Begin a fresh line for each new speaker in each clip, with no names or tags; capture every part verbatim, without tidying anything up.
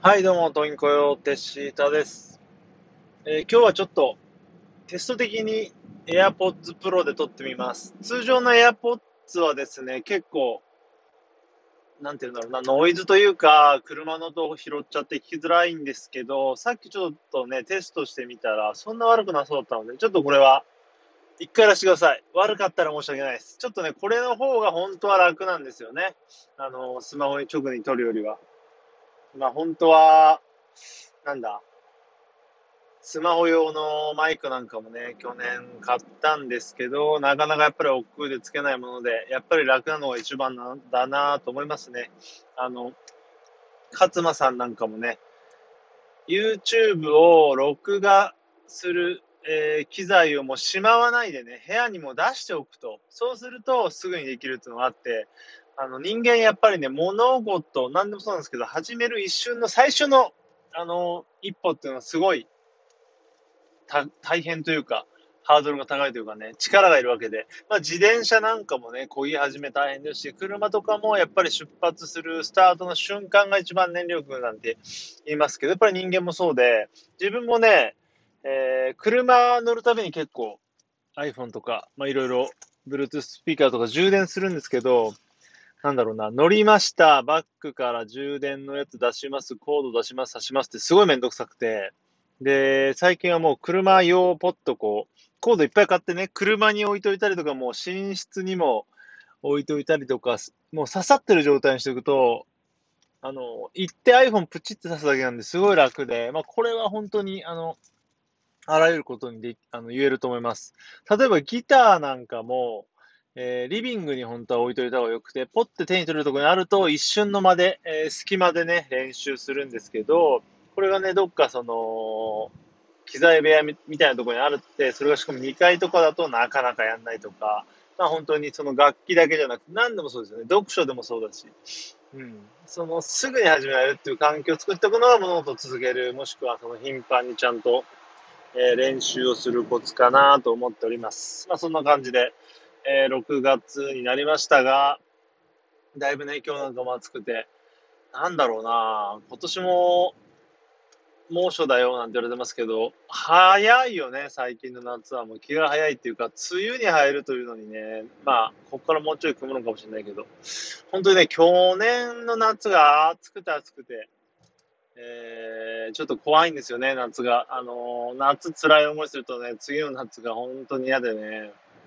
はい、どうも、トインコヨテシタです。えー今日はちょっとテスト的に AirPods Pro で撮ってみます。通常の AirPods はですね、結構、なんていうんだろうな、ノイズというか、車の音を拾っちゃって聞きづらいんですけど、さっきちょっとね、テストしてみたら、そんな悪くなそうだったので、ちょっとこれは、一回やらせてください。悪かったら申し訳ないです。ちょっとね、これの方が本当は楽なんですよね。あの、スマホに直に撮るよりは。まあ本当は、なんだ、スマホ用のマイクなんかもね、去年買ったんですけど、なかなかやっぱり億劫でつけないもので、やっぱり楽なのが一番なんだなと思いますね。あの、勝間さんなんかもね、YouTube を録画する、えー機材をもうしまわないでね、部屋にも出しておくと。そうするとすぐにできるっていうのがあって、あの人間やっぱりね、物事、何でもそうなんですけど、始める一瞬の最初の、あの、一歩っていうのはすごいた大変というか、ハードルが高いというかね、力がいるわけで、まあ、自転車なんかもね、漕ぎ始め大変ですし、車とかもやっぱり出発するスタートの瞬間が一番燃力なんて言いますけど、やっぱり人間もそうで、自分もね、えー車乗るたびに結構 iPhone とか、まあ、いろいろ Bluetooth スピーカーとか充電するんですけど、なんだろうな、乗りました、バックから充電のやつ出します、コード出します、挿しますってすごいめんどくさくて、で、最近はもう車用ポットこう、コードいっぱい買ってね、車に置いといたりとか、もう寝室にも置いといたりとか、もう刺さってる状態にしておくと、あの、行って iPhone プチって刺すだけなんですごい楽で、まあこれは本当に、あの、あらゆることにであの言えると思います。例えばギターなんかも、えーリビングに本当は置いといた方がよくて、ポッて手に取るところにあると一瞬の間で、えー隙間でね、練習するんですけど、これがね、どっかその、機材部屋みみたいなところにあるって、それがしかもにかいとかだとなかなかやんないとか、まあ本当にその楽器だけじゃなくて、何でもそうですよね。読書でもそうだし、うん。そのすぐに始められるっていう環境を作っておくのは物事を続ける、もしくはその頻繁にちゃんとえー練習をするコツかなと思っております。まあそんな感じで、えーろくがつになりましたが、だいぶね、今日なんかも暑くて、なんだろうな、今年も猛暑だよなんて言われてますけど、早いよね、最近の夏は。もう気が早いっていうか、梅雨に入るというのにね、まあ、ここからもうちょい組むのかもしれないけど、本当にね、去年の夏が暑くて暑くて、えー、ちょっと怖いんですよね、夏が。あのー夏辛い思いするとね、次の夏が本当に嫌でね、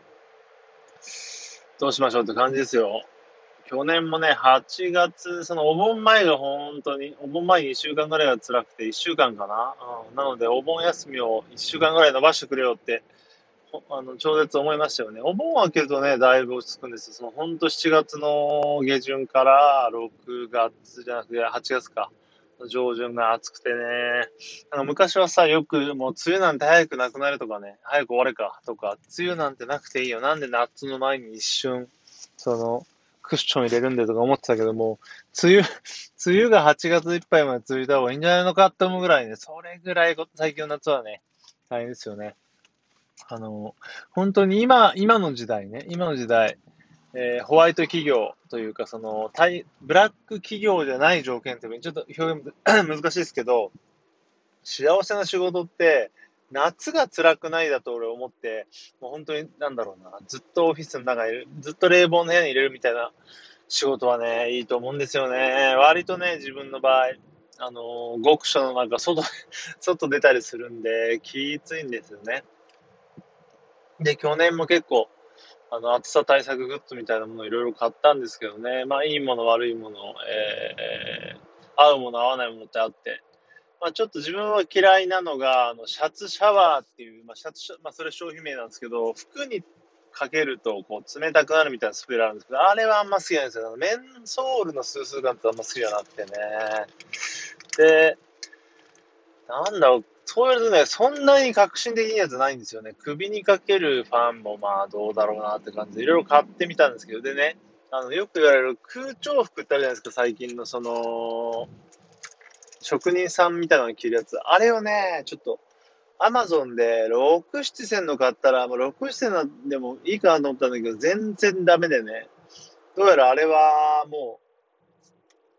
どうしましょうって感じですよ。去年もね、はちがつ、そのお盆前が本当に、お盆前にいっしゅうかんぐらいが辛くて、いっしゅうかんかな。うん、なので、お盆休みをいっしゅうかんぐらい伸ばしてくれよって、あの、超絶思いましたよね。お盆明けるとね、だいぶ落ち着くんですよ。その、ほんとしちがつの下旬からろくがつじゃなくて、はちがつか。上旬が暑くてね。なんか昔はさ、よくもう梅雨なんて早くなくなるとかね、早く終われかとか、梅雨なんてなくていいよ。なんで夏の前に一瞬、その、クッション入れるんだよとか思ってたけども、梅雨、梅雨がはちがついっぱいまで続いた方がいいんじゃないのかって思うぐらいね、それぐらい最近の夏はね、大変ですよね。あの、本当に今、今の時代ね、今の時代、えーホワイト企業というか、その、タイブラック企業じゃない条件ってちょっと表現難しいですけど、幸せな仕事って、夏が辛くないだと俺思って、もう本当に、なんだろうな、ずっとオフィスの中にいる、ずっと冷房の部屋に入れるみたいな仕事はね、いいと思うんですよね。割とね、自分の場合、あの、極暑の中、外、外出たりするんで、きついんですよね。で、去年も結構、あの、暑さ対策グッズみたいなものをいろいろ買ったんですけどね。まあ、いいもの、悪いもの、えー、合うもの、合わないものってあって。まあ、ちょっと自分は嫌いなのが、あの、シャツシャワーっていう、まあ、シャツシャ、まあ、それ商品名なんですけど、服にかけると、こう、冷たくなるみたいなスプレーあるんですけど、あれはあんま好きじゃないんですよ。あのメンソールのスースー感ってあんま好きじゃなくてね。で、なんだろう、そう言われるとね、そんなに革新的なやつないんですよね。首にかけるファンもまあどうだろうなって感じで、いろいろ買ってみたんですけど、でね、あの、よく言われる空調服ってあるじゃないですか、最近のその、職人さんみたいなの着るやつ。あれをね、ちょっと、アマゾンでろく、ななせんの買ったら、もうろく、ななせんでもいいかなと思ったんだけど、全然ダメでね。どうやらあれはもう、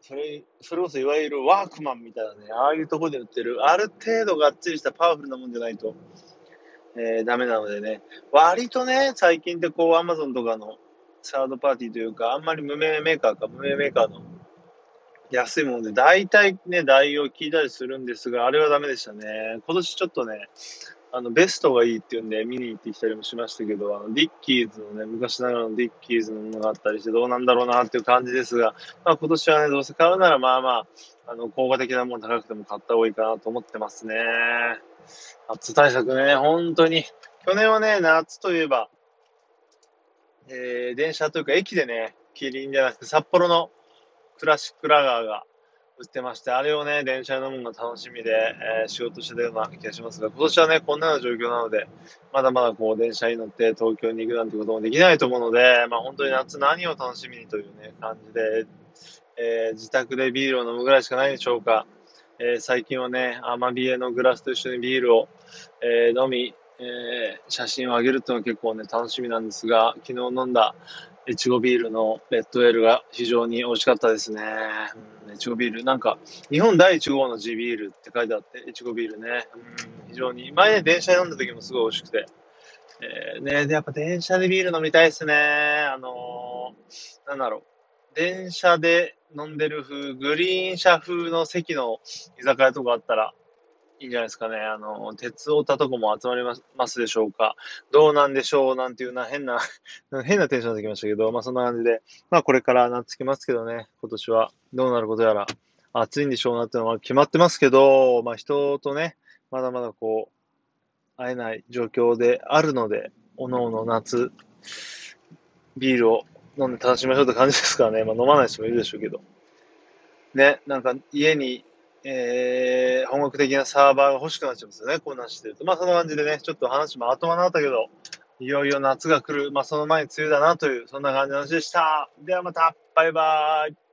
それ、それこそいわゆるワークマンみたいなね、ああいうところで売ってる、ある程度がっつりしたパワフルなもんじゃないと、えー、ダメなのでね、割とね、最近ってこう、アマゾンとかのサードパーティーというか、あんまり無名メーカーか、無名メーカーの安いもので、大体ね、代用聞いたりするんですが、あれはダメでしたね。今年ちょっとね、あの、ベストがいいっていうんで、見に行ってきたりもしましたけど、あの、ディッキーズのね、昔ながらのディッキーズのものがあったりして、どうなんだろうなっていう感じですが、まあ今年はね、どうせ買うならまあまあ、あの、効果的なもの高くても買った方がいいかなと思ってますね。暑対策ね、本当に。去年はね、夏といえば、えー、電車というか駅でね、キリンじゃなくて札幌のクラシックラガーが売ってまして、あれをね、電車で飲むのが楽しみで、えー仕事してたような気がしますが、今年はね、こんなような状況なので、まだまだこう、電車に乗って東京に行くなんてこともできないと思うので、まあ本当に夏何を楽しみにというね、感じで、えー自宅でビールを飲むぐらいしかないでしょうか。えー最近はね、アマビエのグラスと一緒にビールを、えー飲み、えー写真を上げるっていうのは結構ね、楽しみなんですが、昨日飲んだいちごビールのレッドエールが非常に美味しかったですね。うん、いちごビール。なんか、日本第いち号の地ビールって書いてあって、いちごビールね。うん、非常に、前ね、電車で飲んだ時もすごい美味しくて。えー、ね、で、やっぱ電車でビール飲みたいですね。あのー、なんだろう。電車で飲んでる風、グリーン車風の席の居酒屋とかあったら、いいんじゃないですかね。あの、鉄オタとかも集まりますますでしょうか。どうなんでしょうなんていうな変な変なテンションできましたけど、まあそんな感じで、まあこれから夏来ますけどね、今年はどうなることやら暑いんでしょうなっていうのは決まってますけど、まあ人とね、まだまだこう、会えない状況であるので、おのおの夏、ビールを飲んで楽しみましょうって感じですからね。まあ飲まない人もいるでしょうけど。ね、なんか家に、えー、本格的なサーバーが欲しくなっちゃうんですよね、こんなんしてると。まあそんな感じでね、ちょっと話も後回なったけど、いよいよ夏が来る、まあその前に梅雨だなという、そんな感じの話でした。ではまた、バイバーイ。